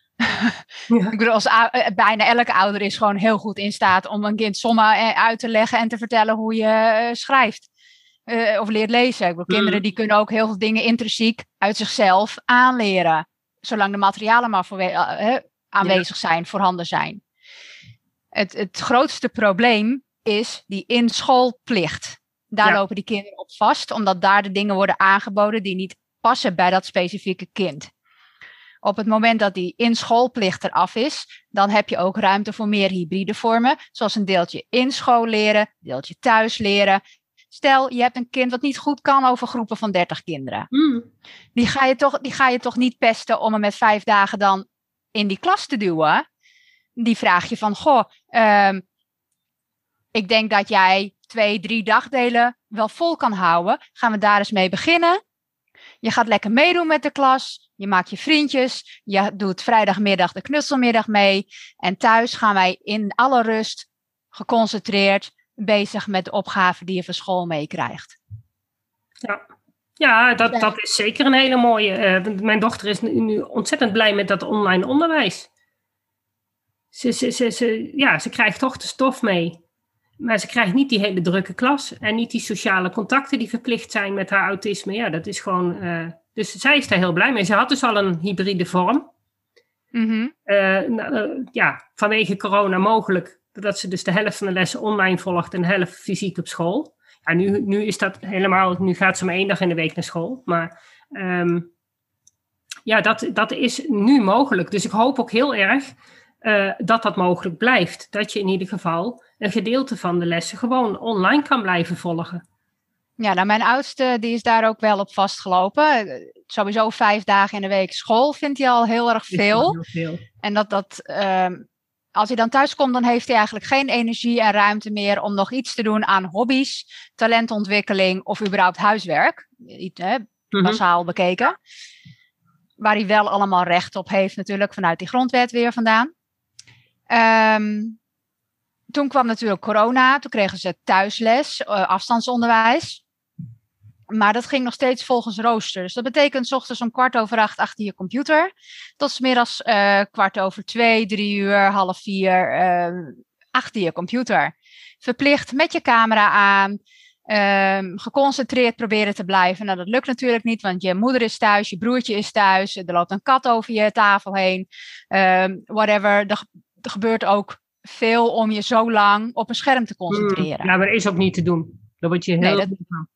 A: Ja.
B: Ik bedoel, als ou- eh, bijna elke ouder is gewoon heel goed in staat om een kind sommen eh, uit te leggen en te vertellen hoe je eh, schrijft. Eh, of leert lezen. Ik bedoel,
A: Mm.
B: kinderen die kunnen ook heel veel dingen intrinsiek uit zichzelf aanleren. Zolang de materialen maar voorwe- eh, eh, aanwezig zijn, voorhanden zijn. Het, het grootste probleem is die in-schoolplicht. Daar
A: Ja.
B: lopen die kinderen op vast, omdat daar de dingen worden aangeboden die niet passen bij dat specifieke kind. Op het moment dat die in-schoolplicht eraf is, dan heb je ook ruimte voor meer hybride vormen, zoals een deeltje in school leren, een deeltje thuis leren. Stel, je hebt een kind wat niet goed kan over groepen van dertig kinderen.
A: Mm.
B: Die ga je toch, die ga je toch niet pesten om hem met vijf dagen dan in die klas te duwen? Die vraag je van, goh, um, ik denk dat jij twee, drie dagdelen wel vol kan houden. Gaan we daar eens mee beginnen? Je gaat lekker meedoen met de klas. Je maakt je vriendjes. Je doet vrijdagmiddag de knutselmiddag mee. En thuis gaan wij in alle rust, geconcentreerd, bezig met de opgaven die je van school meekrijgt.
A: Ja, ja dat, dat is zeker een hele mooie. Uh, mijn dochter is nu, nu ontzettend blij met dat online onderwijs. Ze, ze, ze, ze, ja, ze krijgt toch de stof mee. Maar ze krijgt niet die hele drukke klas. En niet die sociale contacten die verplicht zijn met haar autisme. Ja, dat is gewoon... Uh, dus zij is daar heel blij mee. Ze had dus al een hybride vorm.
B: Mm-hmm.
A: Uh, uh, ja, vanwege corona mogelijk. Dat ze dus de helft van de lessen online volgt en de helft fysiek op school. Ja, nu, nu is dat helemaal... Nu gaat ze maar één dag in de week naar school. Maar um, ja, dat, dat is nu mogelijk. Dus ik hoop ook heel erg... Uh, dat dat mogelijk blijft. Dat je in ieder geval een gedeelte van de lessen gewoon online kan blijven volgen.
B: Ja, nou mijn oudste die is daar ook wel op vastgelopen. Uh, sowieso vijf dagen in de week school vindt hij al heel erg veel.
A: Heel veel.
B: En dat, dat uh, als hij dan thuis komt, dan heeft hij eigenlijk geen energie en ruimte meer om nog iets te doen aan hobby's, talentontwikkeling of überhaupt huiswerk. Iets, hè, basaal bekeken. Waar hij wel allemaal recht op heeft natuurlijk, vanuit die grondwet weer vandaan. Um, toen kwam natuurlijk corona, toen kregen ze thuisles, uh, afstandsonderwijs. Maar dat ging nog steeds volgens rooster. Dus dat betekent 's ochtends om kwart over acht achter je computer. Tot 's middags uh, kwart over twee, drie uur, half vier uh, achter je computer. Verplicht met je camera aan. Um, geconcentreerd proberen te blijven. Nou, dat lukt natuurlijk niet, want je moeder is thuis, je broertje is thuis. Er loopt een kat over je tafel heen. Um, whatever. Er, er gebeurt ook veel om je zo lang op een scherm te concentreren.
A: Ja, maar dat is ook niet te doen. Dan word je heel...
B: Nee, dat,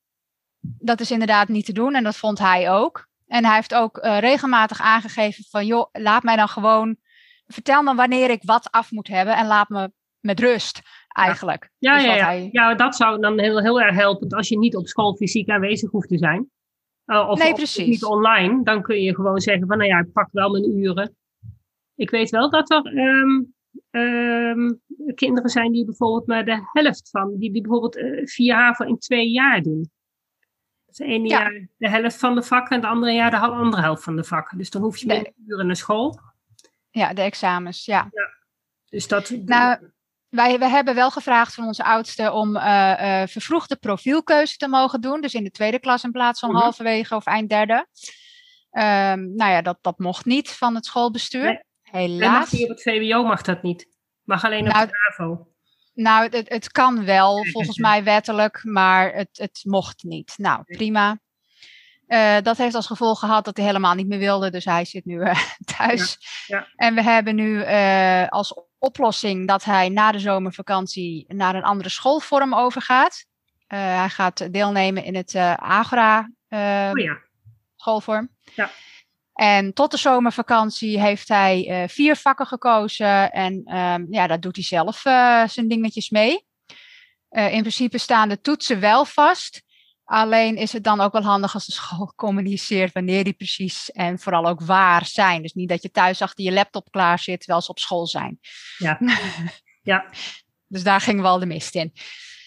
B: dat is inderdaad niet te doen en dat vond hij ook. En hij heeft ook uh, regelmatig aangegeven van, joh, laat mij dan gewoon, vertel me wanneer ik wat af moet hebben en laat me met rust eigenlijk.
A: Ja,
B: dus
A: ja, ja.
B: Hij...
A: ja, dat zou dan heel, heel erg helpen als je niet op school fysiek aanwezig hoeft te zijn. Uh, of,
B: nee,
A: of
B: precies.
A: niet online, dan kun je gewoon zeggen van, nou ja, ik pak wel mijn uren. Ik weet wel dat er um, um, kinderen zijn die bijvoorbeeld maar de helft van, die, die bijvoorbeeld uh, vier HAVO in twee jaar doen. Dus het ene ja. jaar de helft van de vakken en het andere jaar de andere helft van de vakken. Dus dan hoef je minder nee. uren naar school.
B: Ja, de examens, ja.
A: ja. Dus dat...
B: Nou, wij, wij hebben wel gevraagd van onze oudste om uh, uh, vervroegde profielkeuze te mogen doen. Dus in de tweede klas in plaats van mm-hmm. halverwege of eind derde. Um, nou ja, dat, dat mocht niet van het schoolbestuur. Nee. Helaas.
A: En mag niet op het V W O mag dat niet. Mag alleen op nou, de HAVO.
B: Nou, het, het kan wel, volgens mij wettelijk, maar het, het mocht niet. Nou, prima. Uh, dat heeft als gevolg gehad dat hij helemaal niet meer wilde, dus hij zit nu uh, thuis. Ja, ja. En we hebben nu uh, als oplossing dat hij na de zomervakantie naar een andere schoolvorm overgaat. Uh, hij gaat deelnemen in het uh, Agora uh, oh ja. schoolvorm. Ja. En tot de zomervakantie heeft hij uh, vier vakken gekozen. En um, ja, daar doet hij zelf uh, zijn dingetjes mee. Uh, in principe staan de toetsen wel vast. Alleen is het dan ook wel handig als de school communiceert wanneer die precies en vooral ook waar zijn. Dus niet dat je thuis achter je laptop klaar zit terwijl ze op school zijn.
A: Ja. ja.
B: Dus daar ging wel de mist in.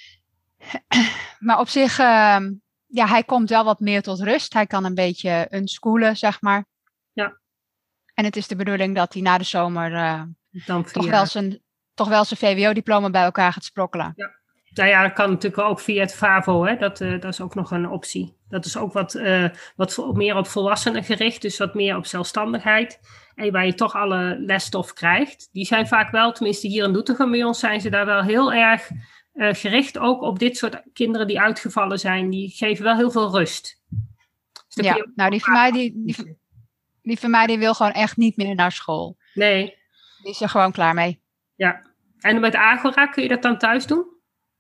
B: Maar op zich, uh, ja, hij komt wel wat meer tot rust. Hij kan een beetje unschoolen, zeg maar.
A: Ja.
B: En het is de bedoeling dat hij na de zomer uh,
A: Dan
B: toch, wel zijn, toch wel zijn V W O-diploma bij elkaar gaat sprokkelen.
A: Ja. Nou ja, dat kan natuurlijk ook via het FAVO. Hè? Dat, uh, dat is ook nog een optie. Dat is ook wat, uh, wat meer op volwassenen gericht. Dus wat meer op zelfstandigheid. En waar je toch alle lesstof krijgt. Die zijn vaak wel, tenminste hier in Doetinchem bij ons, zijn ze daar wel heel erg uh, gericht. Ook op dit soort kinderen die uitgevallen zijn. Die geven wel heel veel rust.
B: Dus ja, nou die van mij die... die Die van mij die wil gewoon echt niet meer naar school.
A: Nee.
B: Die is er gewoon klaar mee.
A: Ja. En met Agora kun je dat dan thuis doen?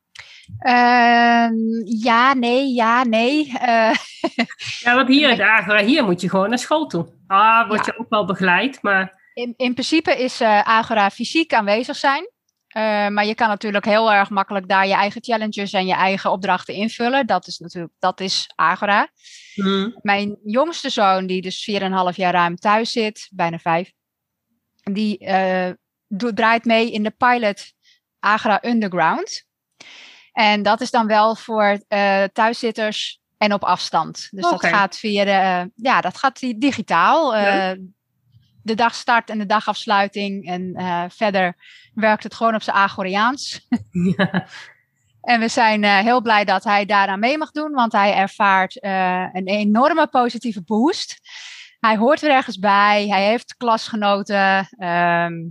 B: Uh, ja, nee, ja, nee. Uh,
A: ja, want hier in de Agora, hier moet je gewoon naar school toe. Ah, word ja. je ook wel begeleid, maar...
B: In, in principe is uh, Agora fysiek aanwezig zijn. Uh, maar je kan natuurlijk heel erg makkelijk daar je eigen challenges en je eigen opdrachten invullen. Dat is natuurlijk, dat is Agora. Hmm. Mijn jongste zoon, die dus vier en een half jaar ruim thuis zit, bijna vijf, die uh, doet, draait mee in de pilot Agora Underground. En dat is dan wel voor uh, thuiszitters en op afstand. Dus okay. dat gaat via de, uh, ja, dat gaat digitaal. Uh, ja. De dagstart en de dagafsluiting. En uh, verder werkt het gewoon op zijn Agoriaans. Ja. En we zijn uh, heel blij dat hij daaraan mee mag doen. Want hij ervaart uh, een enorme positieve boost. Hij hoort er ergens bij. Hij heeft klasgenoten. Um,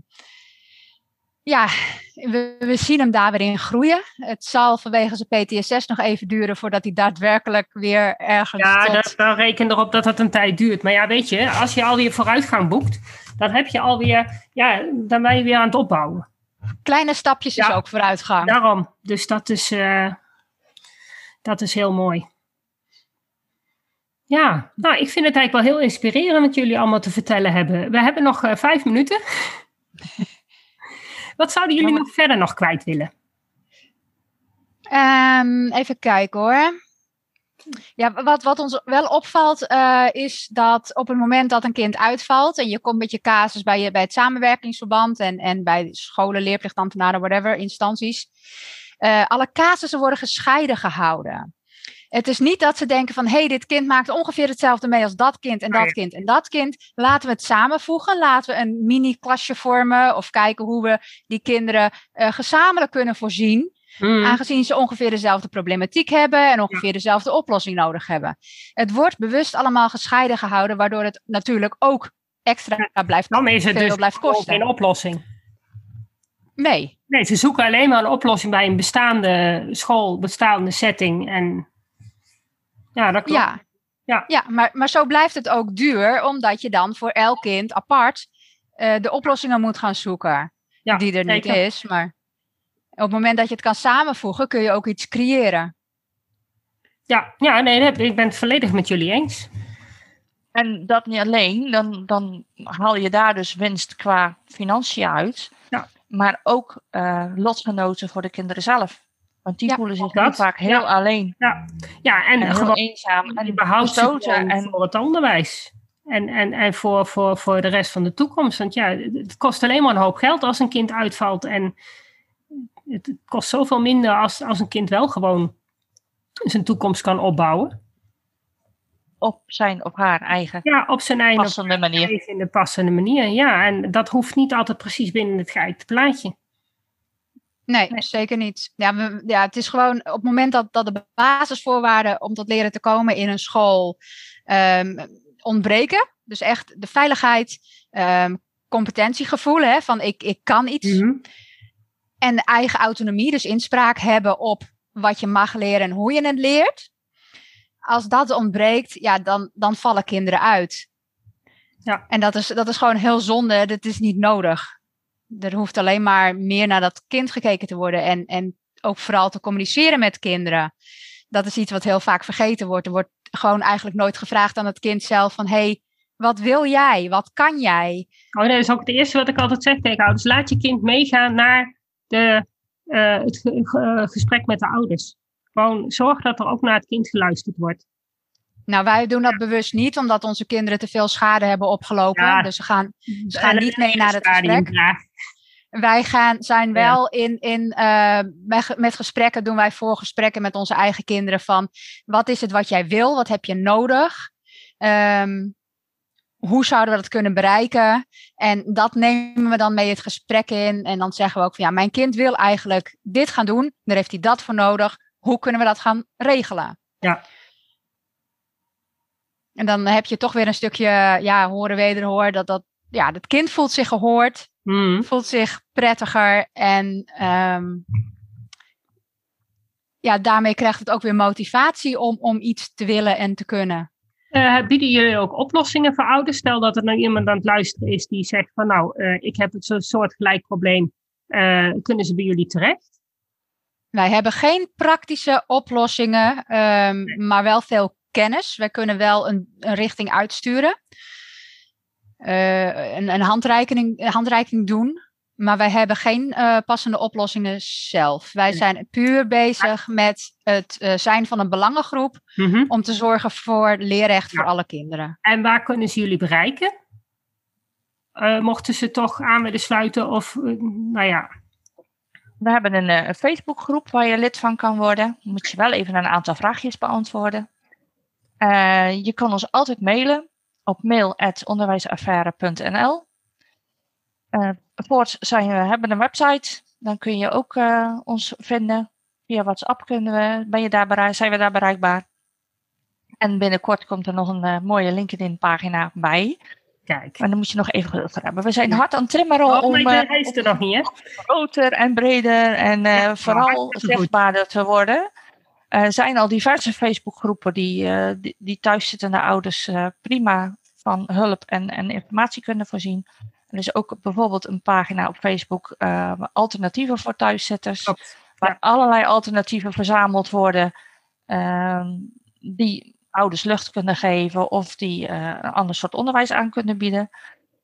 B: ja, we, we zien hem daar weer in groeien. Het zal vanwege zijn P T S S nog even duren voordat hij daadwerkelijk weer ergens...
A: Ja,
B: tot...
A: dat, dan reken erop dat het een tijd duurt. Maar ja, weet je, als je alweer vooruitgang boekt, dan heb je alweer, ja, dan ben je weer aan het opbouwen.
B: Kleine stapjes ja, is ook vooruitgang.
A: Daarom. Dus dat is, uh, dat is heel mooi. Ja, nou, ik vind het eigenlijk wel heel inspirerend wat jullie allemaal te vertellen hebben. We hebben nog uh, vijf minuten. Wat zouden jullie ja, maar... nog verder nog kwijt willen?
B: Um, even kijken hoor. Ja, wat, wat ons wel opvalt uh, is dat op het moment dat een kind uitvalt en je komt met je casus bij, je, bij het samenwerkingsverband en, en bij scholen, leerplichtambtenaren, whatever, instanties, uh, alle casussen worden gescheiden gehouden. Het is niet dat ze denken van, hé, hey, dit kind maakt ongeveer hetzelfde mee als dat kind en dat oh ja. kind en dat kind. Laten we het samenvoegen, laten we een mini-klasje vormen of kijken hoe we die kinderen uh, gezamenlijk kunnen voorzien. Mm. Aangezien ze ongeveer dezelfde problematiek hebben en ongeveer ja. dezelfde oplossing nodig hebben. Het wordt bewust allemaal gescheiden gehouden, waardoor het natuurlijk ook extra ja. blijft,
A: Dan is het
B: veel
A: dus
B: blijft kosten.
A: Geen oplossing.
B: Nee.
A: Nee, ze zoeken alleen maar een oplossing bij een bestaande school, bestaande setting. En ja, dat klopt.
B: Ja, ja. ja maar, maar zo blijft het ook duur, omdat je dan voor elk kind apart uh, de oplossingen moet gaan zoeken. Ja, die er niet zeker. is, maar op het moment dat je het kan samenvoegen, kun je ook iets creëren.
A: Ja, ja nee, ik ben het volledig met jullie eens.
C: En dat niet alleen, dan, dan haal je daar dus winst qua financiën uit. Ja. Maar ook uh, lotgenoten voor de kinderen zelf. Want die ja, voelen zich dat. vaak heel ja. alleen.
A: Ja, ja en, en
C: gewoon eenzaam. En
A: behouden en voor het onderwijs. En, en, en voor, voor, voor de rest van de toekomst. Want ja, het kost alleen maar een hoop geld als een kind uitvalt. En het kost zoveel minder als, als een kind wel gewoon zijn toekomst kan opbouwen.
C: Op zijn of haar eigen
A: ja, op zijn eigen
C: passende manier.
A: Eigen, in de passende manier, ja. En dat hoeft niet altijd precies binnen het geëikte plaatje.
B: Nee, nee, zeker niet. Ja, we, ja, het is gewoon op het moment dat, dat de basisvoorwaarden om tot leren te komen in een school um, ontbreken. Dus echt de veiligheid, um, competentiegevoel, hè, van ik, ik kan iets. Mm-hmm. En eigen autonomie, dus inspraak hebben op wat je mag leren en hoe je het leert. Als dat ontbreekt, ja, dan, dan vallen kinderen uit. Ja. En dat is, dat is gewoon heel zonde. Dat is niet nodig. Er hoeft alleen maar meer naar dat kind gekeken te worden. En, en ook vooral te communiceren met kinderen. Dat is iets wat heel vaak vergeten wordt. Er wordt gewoon eigenlijk nooit gevraagd aan het kind zelf van, hey, wat wil jij? Wat kan jij?
A: Oh, nee, dat is ook het eerste wat ik altijd zeg tegen ouders. Laat je kind meegaan naar de, uh, het ge- ge- gesprek met de ouders. Gewoon zorg dat er ook naar het kind geluisterd wordt.
B: Nou, wij doen dat ja. bewust niet, omdat onze kinderen te veel schade hebben opgelopen. Ja. Dus ze gaan, ze gaan niet mee naar het gesprek. Wij gaan, zijn wel ja. in, in uh, met, met gesprekken, doen wij voorgesprekken met onze eigen kinderen van, wat is het wat jij wil? Wat heb je nodig? Um, hoe zouden we dat kunnen bereiken? En dat nemen we dan mee het gesprek in. En dan zeggen we ook van, ja, mijn kind wil eigenlijk dit gaan doen. Daar heeft hij dat voor nodig. Hoe kunnen we dat gaan regelen?
A: Ja.
B: En dan heb je toch weer een stukje, ja, horen wederhoor. Dat, dat, ja, dat kind voelt zich gehoord. Mm. Voelt zich prettiger. En um, ja, daarmee krijgt het ook weer motivatie om, om iets te willen en te kunnen.
A: Uh, bieden jullie ook oplossingen voor ouders? Stel dat er nou iemand aan het luisteren is die zegt van, nou, uh, ik heb zo'n soortgelijk probleem. Uh, kunnen ze bij jullie terecht?
B: Wij hebben geen praktische oplossingen, um, nee. maar wel veel kennis. Wij kunnen wel een, een richting uitsturen. Uh, een, een, handreiking, een handreiking doen. Maar wij hebben geen uh, passende oplossingen zelf. Wij nee. zijn puur bezig met het uh, zijn van een belangengroep. Mm-hmm. Om te zorgen voor leerrecht ja. voor alle kinderen.
A: En waar kunnen ze jullie bereiken? Uh, mochten ze toch aan willen sluiten of, uh, nou ja...
C: We hebben een, een Facebookgroep waar je lid van kan worden. Dan moet je wel even een aantal vraagjes beantwoorden. Uh, je kan ons altijd mailen op mail at onderwijsaffaire punt n l. Uh, voorts zijn we hebben een website. Dan kun je ook uh, ons vinden. Via WhatsApp kunnen we, ben je daar bereik, zijn we daar bereikbaar. En binnenkort komt er nog een uh, mooie LinkedIn pagina bij.
A: Kijk.
C: Maar dan moet je nog even geduld voor hebben. We zijn hard aan het trimmeren
A: oh,
C: om
A: uh, hij is er nog niet, hè?
C: groter en breder en uh, ja, vooral zichtbaarder te worden. Er uh, zijn al diverse Facebookgroepen die, uh, die, die thuiszittende ouders uh, prima van hulp en, en informatie kunnen voorzien. Er is ook bijvoorbeeld een pagina op Facebook, uh, alternatieven voor thuiszitters. Klopt. Waar ja. allerlei alternatieven verzameld worden uh, die ouders lucht kunnen geven of die uh, een ander soort onderwijs aan kunnen bieden.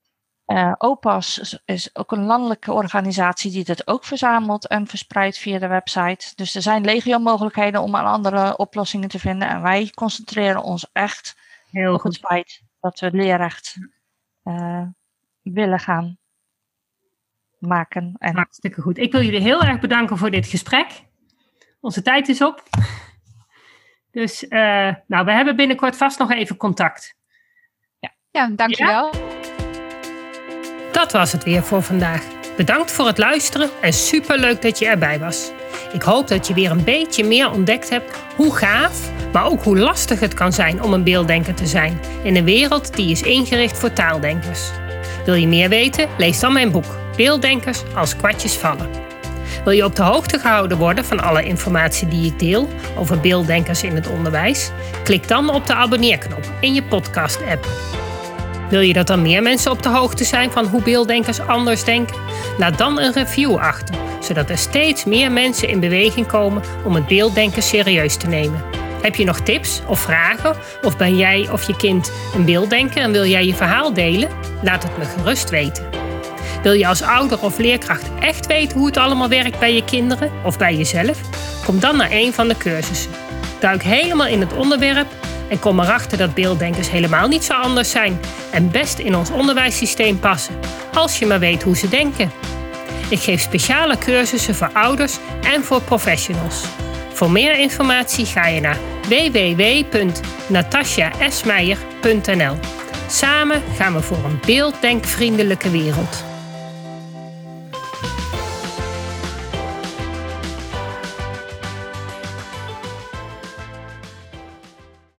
C: Uh, O P A S is, is ook een landelijke organisatie die dit ook verzamelt en verspreidt via de website. Dus er zijn legio mogelijkheden om aan andere oplossingen te vinden. En wij concentreren ons echt
A: Heel
C: op
A: goed.
C: het feit dat we leerrecht uh, willen gaan maken. En...
A: Hartstikke goed. Ik wil jullie heel erg bedanken voor dit gesprek. Onze tijd is op. Dus uh, nou, we hebben binnenkort vast nog even contact.
B: Ja, ja dankjewel. Ja?
A: Dat was het weer voor vandaag. Bedankt voor het luisteren en superleuk dat je erbij was. Ik hoop dat je weer een beetje meer ontdekt hebt hoe gaaf, maar ook hoe lastig het kan zijn om een beelddenker te zijn in een wereld die is ingericht voor taaldenkers. Wil je meer weten? Lees dan mijn boek Beelddenkers als kwartjes vallen. Wil je op de hoogte gehouden worden van alle informatie die ik deel over beelddenkers in het onderwijs? Klik dan op de abonneerknop in je podcast-app. Wil je dat er meer mensen op de hoogte zijn van hoe beelddenkers anders denken? Laat dan een review achter, zodat er steeds meer mensen in beweging komen om het beelddenken serieus te nemen. Heb je nog tips of vragen? Of ben jij of je kind een beelddenker en wil jij je verhaal delen? Laat het me gerust weten. Wil je als ouder of leerkracht echt weten hoe het allemaal werkt bij je kinderen of bij jezelf? Kom dan naar een van de cursussen. Duik helemaal in het onderwerp en kom erachter dat beelddenkers helemaal niet zo anders zijn en best in ons onderwijssysteem passen, als je maar weet hoe ze denken. Ik geef speciale cursussen voor ouders en voor professionals. Voor meer informatie ga je naar w w w punt natasja esmeijer punt n l. Samen gaan we voor een beelddenkvriendelijke wereld.